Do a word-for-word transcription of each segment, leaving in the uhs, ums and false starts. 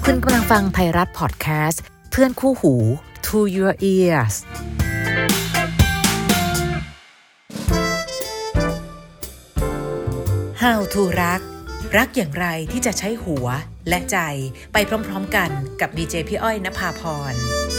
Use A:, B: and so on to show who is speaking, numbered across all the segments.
A: คุณกำลังฟังไทยรัฐพอดแคสต์เพื่อนคู่หู To Your Ears How to รักรักอย่างไรที่จะใช้หัวและใจไปพร้อมๆกันกับดีเจพี่อ้อยณภาพร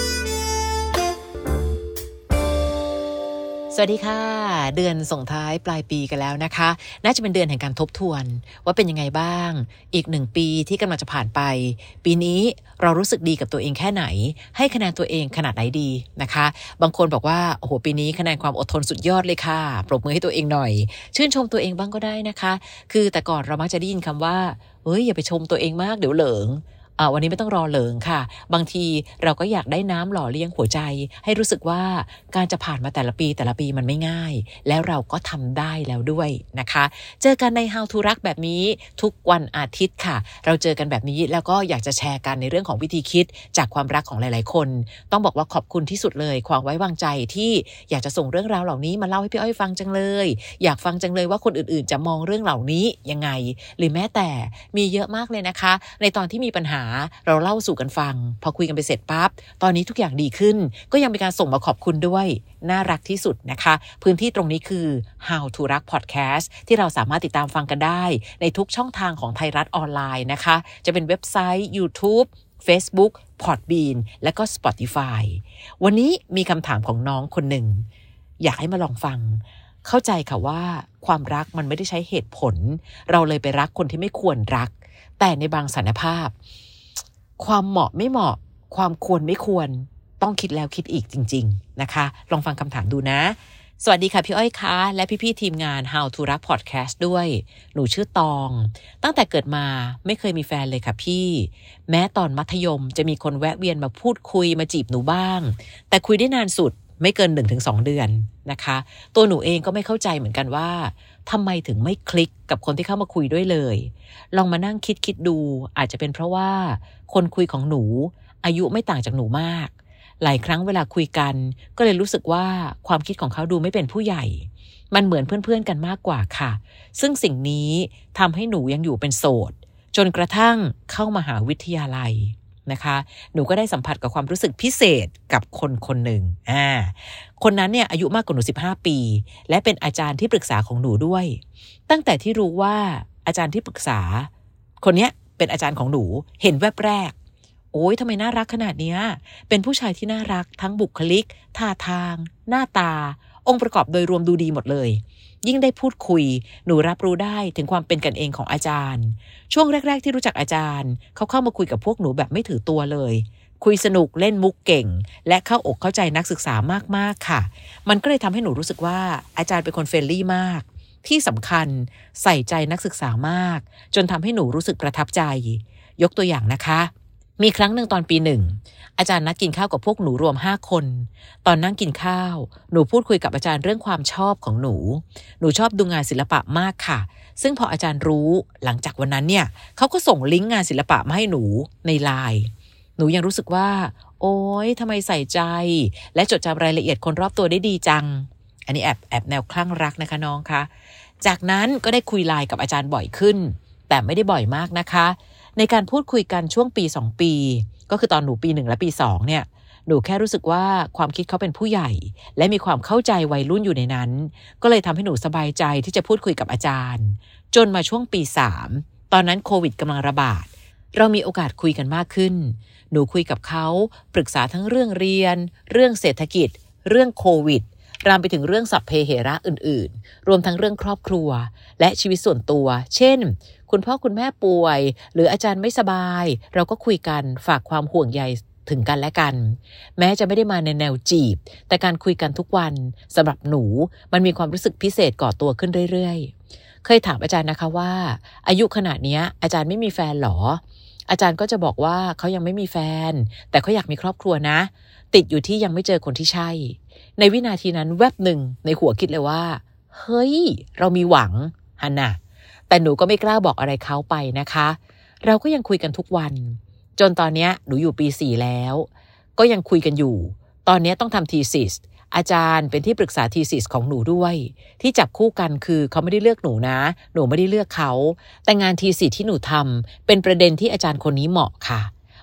A: สวัสดีค่ะเดือนส่งท้ายปลายปีกันแล้วนะคะน่าจะเป็นเดือนแห่งการทบทวนว่าเป็นยังไงบ้างอีกหนึ่งปีที่กำลังจะผ่านไปปีนี้เรารู้สึกดีกับตัวเองแค่ไหนให้คะแนนตัวเองขนาดไหนดีนะคะบางคนบอกว่าโอ้โหปีนี้คะแนนความอดทนสุดยอดเลยค่ะปรบมือให้ตัวเองหน่อยชื่นชมตัวเองบ้างก็ได้นะคะคือแต่ก่อนเรามักจะได้ยินคำว่าเฮ้ยอย่าไปชมตัวเองมากเดี๋ยวเหลิงอ่าวันนี้ไม่ต้องรอเหลิงค่ะบางทีเราก็อยากได้น้ำหล่อเลี้ยงหัวใจให้รู้สึกว่าการจะผ่านมาแต่ละปีแต่ละปีมันไม่ง่ายแล้วเราก็ทำได้แล้วด้วยนะคะเจอกันใน How to รักแบบนี้ทุกวันอาทิตย์ค่ะเราเจอกันแบบนี้แล้วก็อยากจะแชร์กันในเรื่องของวิธีคิดจากความรักของหลายๆคนต้องบอกว่าขอบคุณที่สุดเลยความไว้วางใจที่อยากจะส่งเรื่องราวเหล่านี้มาเล่าให้พี่อ้อยฟังจังเลยอยากฟังจังเลยว่าคนอื่นๆจะมองเรื่องเหล่านี้ยังไงหรือแม้แต่มีเยอะมากเลยนะคะในตอนที่มีปัญหาเราเล่าสู่กันฟังพอคุยกันไปเสร็จปั๊บตอนนี้ทุกอย่างดีขึ้นก็ยังมีการส่งมาขอบคุณด้วยน่ารักที่สุดนะคะพื้นที่ตรงนี้คือ How to รัก Podcast ที่เราสามารถติดตามฟังกันได้ในทุกช่องทางของไทยรัฐออนไลน์นะคะจะเป็นเว็บไซต์ YouTube Facebook Podbean และก็ Spotify วันนี้มีคำถามของน้องคนหนึ่งอยากให้มาลองฟังเข้าใจค่ะว่าความรักมันไม่ได้ใช้เหตุผลเราเลยไปรักคนที่ไม่ควรรักแต่ในบางสถานภาพความเหมาะไม่เหมาะความควรไม่ควรต้องคิดแล้วคิดอีกจริงๆนะคะลองฟังคำถามดูนะสวัสดีค่ะพี่อ้อยคะและพี่ๆทีมงาน How to รัก Podcast ด้วยหนูชื่อตองตั้งแต่เกิดมาไม่เคยมีแฟนเลยค่ะพี่แม้ตอนมัธยมจะมีคนแวะเวียนมาพูดคุยมาจีบหนูบ้างแต่คุยได้นานสุดไม่เกิน หนึ่งถึงสอง เดือนนะคะตัวหนูเองก็ไม่เข้าใจเหมือนกันว่าทำไมถึงไม่คลิกกับคนที่เข้ามาคุยด้วยเลยลองมานั่งคิดคิดดูอาจจะเป็นเพราะว่าคนคุยของหนูอายุไม่ต่างจากหนูมากหลายครั้งเวลาคุยกันก็เลยรู้สึกว่าความคิดของเขาดูไม่เป็นผู้ใหญ่มันเหมือนเพื่อนๆกันมากกว่าค่ะซึ่งสิ่งนี้ทำให้หนูยังอยู่เป็นโสดจนกระทั่งเข้ามหาวิทยาลัยนะคะหนูก็ได้สัมผัสกับความรู้สึกพิเศษกับคนคนหนึ่งอ่าคนนั้นเนี่ยอายุมากกว่าหนูสิบห้าปีและเป็นอาจารย์ที่ปรึกษาของหนูด้วยตั้งแต่ที่รู้ว่าอาจารย์ที่ปรึกษาคนเนี้ยเป็นอาจารย์ของหนูเห็นแวบแรกโอ๊ยทำไมน่ารักขนาดเนี้ยเป็นผู้ชายที่น่ารักทั้งบุคลิกท่าทางหน้าตาองค์ประกอบโดยรวมดูดีหมดเลยยิ่งได้พูดคุยหนูรับรู้ได้ถึงความเป็นกันเองของอาจารย์ช่วงแรกๆที่รู้จักอาจารย์เขาเข้ามาคุยกับพวกหนูแบบไม่ถือตัวเลยคุยสนุกเล่นมุกเก่งและเข้าอกเข้าใจนักศึกษามากๆค่ะมันก็เลยทำให้หนูรู้สึกว่าอาจารย์เป็นคนเฟรนลี่มากที่สำคัญใส่ใจนักศึกษามากจนทำให้หนูรู้สึกประทับใจยกตัวอย่างนะคะมีครั้งหนึ่งตอนปีหนึ่งอาจารย์นัดกินข้าวกับพวกหนูรวมห้าคนตอนนั่งกินข้าวหนูพูดคุยกับอาจารย์เรื่องความชอบของหนูหนูชอบดูงานศิลปะมากค่ะซึ่งพออาจารย์รู้หลังจากวันนั้นเนี่ยเขาก็ส่งลิงก์งานศิลปะมาให้หนูในไลน์หนูยังรู้สึกว่าโอ๊ยทำไมใส่ใจและจดจำรายละเอียดคนรอบตัวได้ดีจังอันนี้แอบแอบแนวคลั่งรักนะคะน้องคะจากนั้นก็ได้คุยไลน์กับอาจารย์บ่อยขึ้นแต่ไม่ได้บ่อยมากนะคะในการพูดคุยกันช่วงปีสองปีก็คือตอนหนูปีหนึ่งและปีสองเนี่ยหนูแค่รู้สึกว่าความคิดเขาเป็นผู้ใหญ่และมีความเข้าใจวัยรุ่นอยู่ในนั้นก็เลยทำให้หนูสบายใจที่จะพูดคุยกับอาจารย์จนมาช่วงปีสามตอนนั้นโควิดกำลังระบาดเรามีโอกาสคุยกันมากขึ้นหนูคุยกับเขาปรึกษาทั้งเรื่องเรียนเรื่องเศรษฐกิจเรื่องโควิดรามไปถึงเรื่องสัพเพเหระอื่นๆรวมทั้งเรื่องครอบครัวและชีวิตส่วนตัวเช่นคุณพ่อคุณแม่ป่วยหรืออาจารย์ไม่สบายเราก็คุยกันฝากความห่วงใยถึงกันและกันแม้จะไม่ได้มาในแนวจีบแต่การคุยกันทุกวันสำหรับหนูมันมีความรู้สึกพิเศษก่อตัวขึ้นเรื่อยๆเคยถามอาจารย์นะคะว่าอายุขนาดนี้อาจารย์ไม่มีแฟนหรออาจารย์ก็จะบอกว่าเขายังไม่มีแฟนแต่เขาอยากมีครอบครัวนะติดอยู่ที่ยังไม่เจอคนที่ใช่ในวินาทีนั้นแวบหนึ่งในหัวคิดเลยว่าเฮ้ยเรามีหวังฮันน่ะแต่หนูก็ไม่กล้าบอกอะไรเขาไปนะคะเราก็ยังคุยกันทุกวันจนตอนนี้หนูอยู่ปีสี่แล้วก็ยังคุยกันอยู่ตอนนี้ต้องทำทีซิสอาจารย์เป็นที่ปรึกษาทีซิสของหนูด้วยที่จับคู่กันคือเขาไม่ได้เลือกหนูนะหนูไม่ได้เลือกเขาแต่งานทีซิสที่หนูทำเป็นประเด็นที่อาจารย์คนนี้เหมาะค่ะ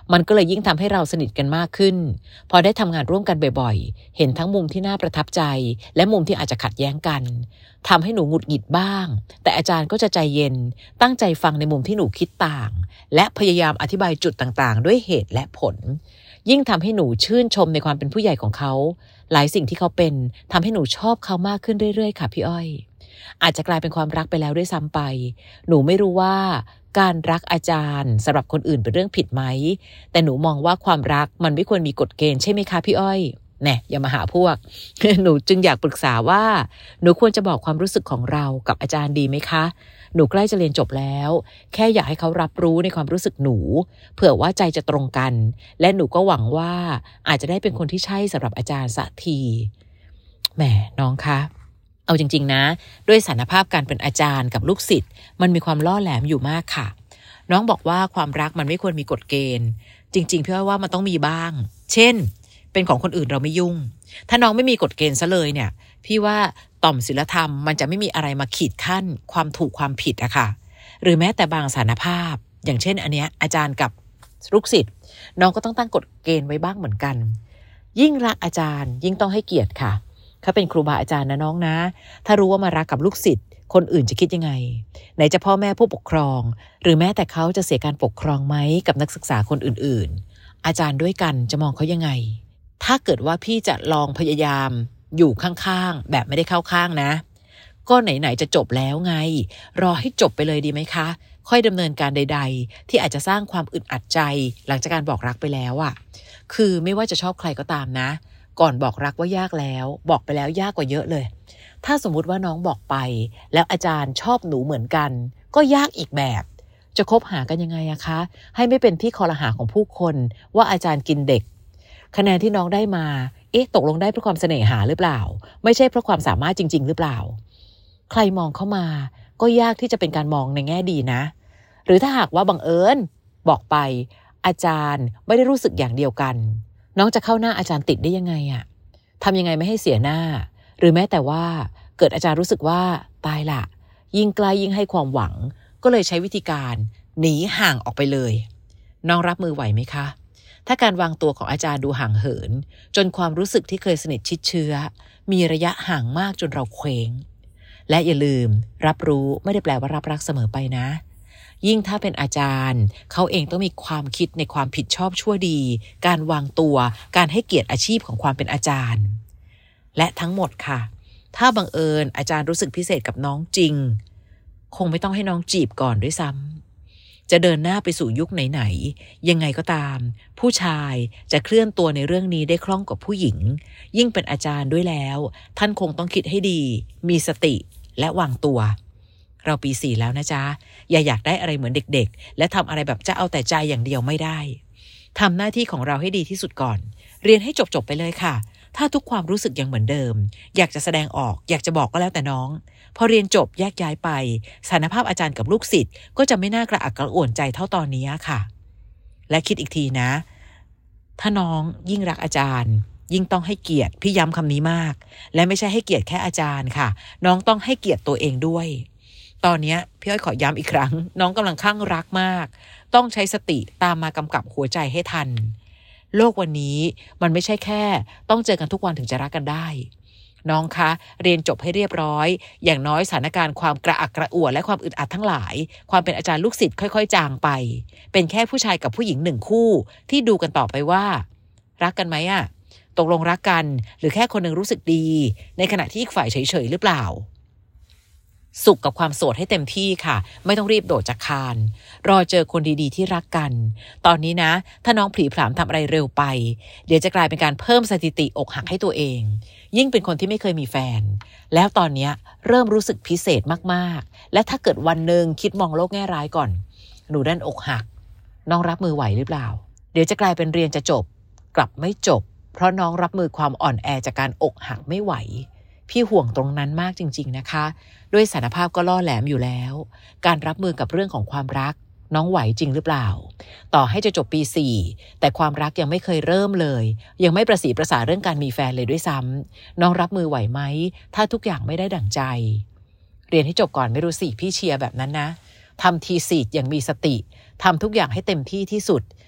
A: มันก็เลยยิ่งทำให้เราสนิทกันมากขึ้นพอได้ทำงานร่วมกันบ่อยๆเห็นทั้งมุมที่น่าประทับใจและมุมที่อาจจะขัดแย้งกันทำให้หนูหงุดหงิดบ้างแต่อาจารย์ก็จะใจเย็นตั้งใจฟังในมุมที่หนูคิดต่างและพยายามอธิบายจุดต่างๆด้วยเหตุและผลยิ่งทำให้หนูชื่นชมในความเป็นผู้ใหญ่ของเขาหลายสิ่งที่เขาเป็นทำให้หนูชอบเขามากขึ้นเรื่อยๆค่ะพี่อ้อยอาจจะกลายเป็นความรักไปแล้วด้วยซ้ำไปหนูไม่รู้ว่าการรักอาจารย์สำหรับคนอื่นเป็นเรื่องผิดไหมแต่หนูมองว่าความรักมันไม่ควรมีกฎเกณฑ์ใช่ไหมคะพี่อ้อยแน่อย่ามาหาพวก หนูจึงอยากปรึกษาว่าหนูควรจะบอกความรู้สึกของเรากับอาจารย์ดีไหมคะหนูใกล้จะเรียนจบแล้วแค่อยากให้เขารับรู้ในความรู้สึกหนูเผื่อว่าใจจะตรงกันและหนูก็หวังว่าอาจจะได้เป็นคนที่ใช่สำหรับอาจารย์สักทีแหมน้องคะเอาจริงๆนะด้วยสถานภาพการเป็นอาจารย์กับลูกศิษย์มันมีความล่อแหลมอยู่มากค่ะน้องบอกว่าความรักมันไม่ควรมีกฎเกณฑ์จริงๆพี่ว่ามันต้องมีบ้างเช่นเป็นของคนอื่นเราไม่ยุ่งถ้าน้องไม่มีกฎเกณฑ์ซะเลยเนี่ยพี่ว่าต่อมศีลธรรมมันจะไม่มีอะไรมาขีดขั้นความถูกความผิดอะค่ะหรือแม้แต่บางสถานภาพอย่างเช่นอันเนี้ยอาจารย์กับลูกศิษย์น้องก็ต้องตั้งกฎเกณฑ์ไว้บ้างเหมือนกันยิ่งรักอาจารย์ยิ่งต้องให้เกียรติค่ะเขาเป็นครูบาอาจารย์นะน้องนะถ้ารู้ว่ามารักกับลูกศิษย์คนอื่นจะคิดยังไงไหนจะพ่อแม่ผู้ปกครองหรือแม้แต่เขาจะเสียการปกครองไหมกับนักศึกษาคนอื่นๆอาจารย์ด้วยกันจะมองเขายังไงถ้าเกิดว่าพี่จะลองพยายามอยู่ข้างๆแบบไม่ได้เข้าข้างนะก็ไหนๆจะจบแล้วไงรอให้จบไปเลยดีไหมคะค่อยดำเนินการใดๆที่อาจจะสร้างความอึดอัดใจหลังจากการบอกรักไปแล้วอ่ะคือไม่ว่าจะชอบใครก็ตามนะก่อนบอกรักว่ายากแล้วบอกไปแล้วยากกว่าเยอะเลยถ้าสมมุติว่าน้องบอกไปแล้วอาจารย์ชอบหนูเหมือนกันก็ยากอีกแบบจะคบหากันยังไงอะคะให้ไม่เป็นที่คอรหาของผู้คนว่าอาจารย์กินเด็กคะแนนที่น้องได้มาเอ๊ะตกลงได้เพราะความเสน่หาหรือเปล่าไม่ใช่เพราะความสามารถจริงๆหรือเปล่าใครมองเข้ามาก็ยากที่จะเป็นการมองในแง่ดีนะหรือถ้าหากว่าบังเอิญบอกไปอาจารย์ไม่ได้รู้สึกอย่างเดียวกันน้องจะเข้าหน้าอาจารย์ติดได้ยังไงอะทำยังไงไม่ให้เสียหน้าหรือแม้แต่ว่าเกิดอาจารย์รู้สึกว่าตายละยิ่งใกล้ยิ่งให้ความหวังก็เลยใช้วิธีการหนีห่างออกไปเลยน้องรับมือไหวไหมคะถ้าการวางตัวของอาจารย์ดูห่างเหินจนความรู้สึกที่เคยสนิทชิดเชื้อมีระยะห่างมากจนเราเคว้งและอย่าลืมรับรู้ไม่ได้แปลว่ารับรักเสมอไปนะยิ่งถ้าเป็นอาจารย์เขาเองต้องมีความคิดในความผิดชอบชั่วดีการวางตัวการให้เกียรติอาชีพของความเป็นอาจารย์และทั้งหมดค่ะถ้าบังเอิญอาจารย์รู้สึกพิเศษกับน้องจริงคงไม่ต้องให้น้องจีบก่อนด้วยซ้ำจะเดินหน้าไปสู่ยุคไหนๆยังไงก็ตามผู้ชายจะเคลื่อนตัวในเรื่องนี้ได้คล่องกว่าผู้หญิงยิ่งเป็นอาจารย์ด้วยแล้วท่านคงต้องคิดให้ดีมีสติและวางตัวเราปีสี่แล้วนะจ๊ะอย่าอยากได้อะไรเหมือนเด็กๆและทำอะไรแบบจะเอาแต่ใจอย่างเดียวไม่ได้ทำหน้าที่ของเราให้ดีที่สุดก่อนเรียนให้จบๆไปเลยค่ะถ้าทุกความรู้สึกยังเหมือนเดิมอยากจะแสดงออกอยากจะบอกก็แล้วแต่น้องพอเรียนจบแยกย้ายไปสถานภาพอาจารย์กับลูกศิษย์ก็จะไม่น่ากระอักกระอ่วนใจเท่าตอนนี้ค่ะและคิดอีกทีนะถ้าน้องยิ่งรักอาจารย์ยิ่งต้องให้เกียรติพี่ย้ำคำนี้มากและไม่ใช่ให้เกียรติแค่อาจารย์ค่ะน้องต้องให้เกียรติตัวเองด้วยตอนนี้พี่อ้อยขอย้ำอีกครั้งน้องกำลังคลั่งรักมากต้องใช้สติตามมากำกับหัวใจให้ทันโลกวันนี้มันไม่ใช่แค่ต้องเจอกันทุกวันถึงจะรักกันได้น้องคะเรียนจบให้เรียบร้อยอย่างน้อยสถานการณ์ความกระอักกระอ่วนและความอึดอัดทั้งหลายความเป็นอาจารย์ลูกศิษย์ค่อยๆจางไปเป็นแค่ผู้ชายกับผู้หญิงหนึ่งคู่ที่ดูกันต่อไปว่ารักกันไหมอะตกลงรักกันหรือแค่คนหนึ่งรู้สึกดีในขณะที่อีกฝ่ายเฉยๆหรือเปล่าสุขกับความโสดให้เต็มที่ค่ะไม่ต้องรีบโดดจากคานรอเจอคนดีๆที่รักกันตอนนี้นะถ้าน้องผลีผลามทำอะไรเร็วไปเดี๋ยวจะกลายเป็นการเพิ่มสถิติอกหักให้ตัวเองยิ่งเป็นคนที่ไม่เคยมีแฟนแล้วตอนนี้เริ่มรู้สึกพิเศษมากๆและถ้าเกิดวันหนึ่งคิดมองโลกแง่ร้ายก่อนหนูด้านอกหักน้องรับมือไหวหรือเปล่าเดี๋ยวจะกลายเป็นเรียนจะจบกลับไม่จบเพราะน้องรับมือความอ่อนแอจากการอกหักไม่ไหวพี่ห่วงตรงนั้นมากจริงๆนะคะด้วยสารภาพก็ล่อแหลมอยู่แล้วการรับมือกับเรื่องของความรักน้องไหวจริงหรือเปล่าต่อให้จะจบปีสี่แต่ความรักยังไม่เคยเริ่มเลยยังไม่ประสีประสาเรื่องการมีแฟนเลยด้วยซ้ำน้องรับมือไหวไหมถ้าทุกอย่างไม่ได้ดั่งใจเรียนให้จบก่อนไม่รู้สิพี่เชียร์แบบนั้นนะทำทีสีดอย่างมีสติทำทุกอย่างให้เต็มที่ที่สุด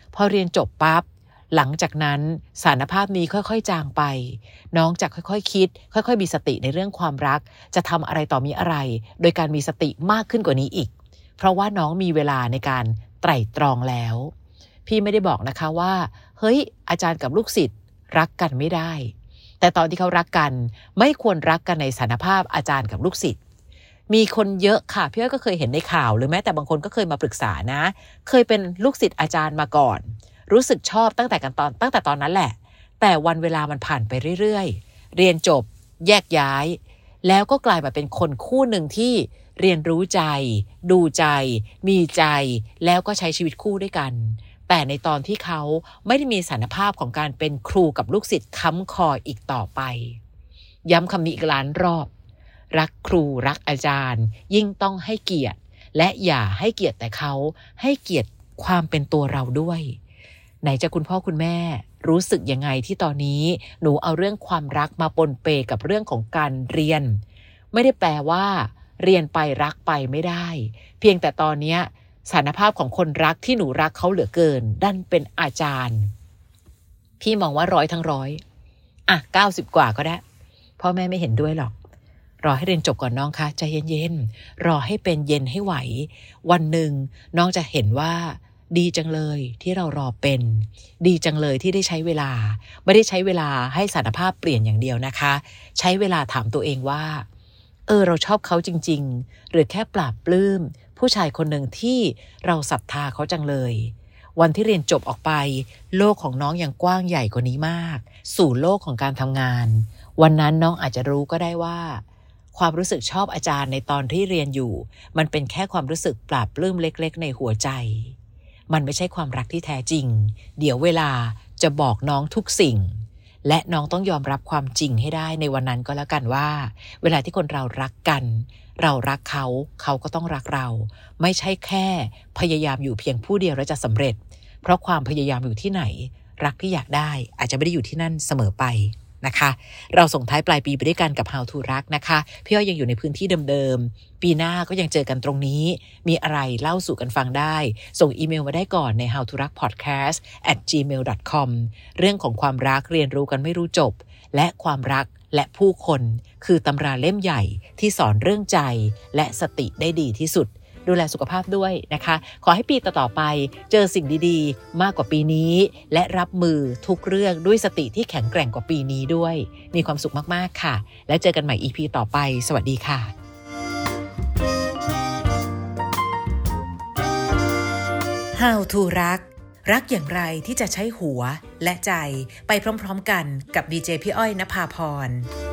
A: พอเรียนจบปั๊บหลังจากนั้นสารภาพนี้ค่อยๆจางไปน้องจะค่อยๆ ค, คิดค่อยๆมีสติในเรื่องความรักจะทำอะไรต่อมีอะไรโดยการมีสติมากขึ้นกว่านี้อีกเพราะว่าน้องมีเวลาในการไตร่ตรองแล้วพี่ไม่ได้บอกนะคะว่าเฮ้ยอาจารย์กับลูกศิษย์รักกันไม่ได้แต่ตอนที่เขารักกันไม่ควรรักกันในสถานภาพอาจารย์กับลูกศิษย์มีคนเยอะค่ะพี่อ้อยก็เคยเห็นในข่าวหรือแม้แต่บางคนก็เคยมาปรึกษานะเคยเป็นลูกศิษย์อาจารย์มาก่อนรู้สึกชอบตั้งแต่กันตอนตั้งแต่ตอนนั้นแหละแต่วันเวลามันผ่านไปเรื่อยๆเรียนจบแยกย้ายแล้วก็กลายมาเป็นคนคู่หนึ่งที่เรียนรู้ใจดูใจมีใจแล้วก็ใช้ชีวิตคู่ด้วยกันแต่ในตอนที่เขาไม่ได้มีสารภาพของการเป็นครูกับลูกศิษย์ค้ำคออีกต่อไปย้ำคำนี้อีกล้านรอบรักครูรักอาจารย์ยิ่งต้องให้เกียรติและอย่าให้เกียรติแต่เขาให้เกียรติความเป็นตัวเราด้วยไหนจะคุณพ่อคุณแม่รู้สึกยังไงที่ตอนนี้หนูเอาเรื่องความรักมาปนเปกับเรื่องของการเรียนไม่ได้แปลว่าเรียนไปรักไปไม่ได้เพียงแต่ตอนนี้สารภาพของคนรักที่หนูรักเขาเหลือเกินดันเป็นอาจารย์พี่มองว่าร้อยทั้งร้อยอ่ะเก้าสิบกว่าก็ได้พ่อแม่ไม่เห็นด้วยหรอกรอให้เรียนจบก่อนน้องคะใจเย็นๆรอให้เป็นเย็นให้ไหววันหนึ่งน้องจะเห็นว่าดีจังเลยที่เรารอเป็นดีจังเลยที่ได้ใช้เวลาไม่ได้ใช้เวลาให้สารภาพเปลี่ยนอย่างเดียวนะคะใช้เวลาถามตัวเองว่าเออเราชอบเขาจริงๆหรือแค่ปลาบปลื้มผู้ชายคนหนึ่งที่เราศรัทธาเขาจังเลยวันที่เรียนจบออกไปโลกของน้องยังกว้างใหญ่กว่านี้มากสู่โลกของการทำงานวันนั้นน้องอาจจะรู้ก็ได้ว่าความรู้สึกชอบอาจารย์ในตอนที่เรียนอยู่มันเป็นแค่ความรู้สึกปลาบปลื้มเล็กๆในหัวใจมันไม่ใช่ความรักที่แท้จริงเดี๋ยวเวลาจะบอกน้องทุกสิ่งและน้องต้องยอมรับความจริงให้ได้ในวันนั้นก็แล้วกันว่าเวลาที่คนเรารักกันเรารักเขาเขาก็ต้องรักเราไม่ใช่แค่พยายามอยู่เพียงผู้เดียวแล้วจะสำเร็จเพราะความพยายามอยู่ที่ไหนรักที่อยากได้อาจจะไม่ได้อยู่ที่นั่นเสมอไปนะคะเราส่งท้ายปลายปีไปด้วยกันกับ How to รักนะคะพี่อ้อยยังอยู่ในพื้นที่เดิมๆปีหน้าก็ยังเจอกันตรงนี้มีอะไรเล่าสู่กันฟังได้ส่งอีเมลมาได้ก่อนใน how to rak podcast at gmail dot com เรื่องของความรักเรียนรู้กันไม่รู้จบและความรักและผู้คนคือตำราเล่มใหญ่ที่สอนเรื่องใจและสติได้ดีที่สุดดูแลสุขภาพด้วยนะคะขอให้ปีต่อๆไปเจอสิ่งดีๆมากกว่าปีนี้และรับมือทุกเรื่องด้วยสติที่แข็งแกร่งกว่าปีนี้ด้วยมีความสุขมากๆค่ะแล้วเจอกันใหม่ อี พี ต่อไปสวัสดีค่ะ
B: How to รักรักอย่างไรที่จะใช้หัวและใจไปพร้อมๆกันกับดีเจพี่อ้อยณภาพร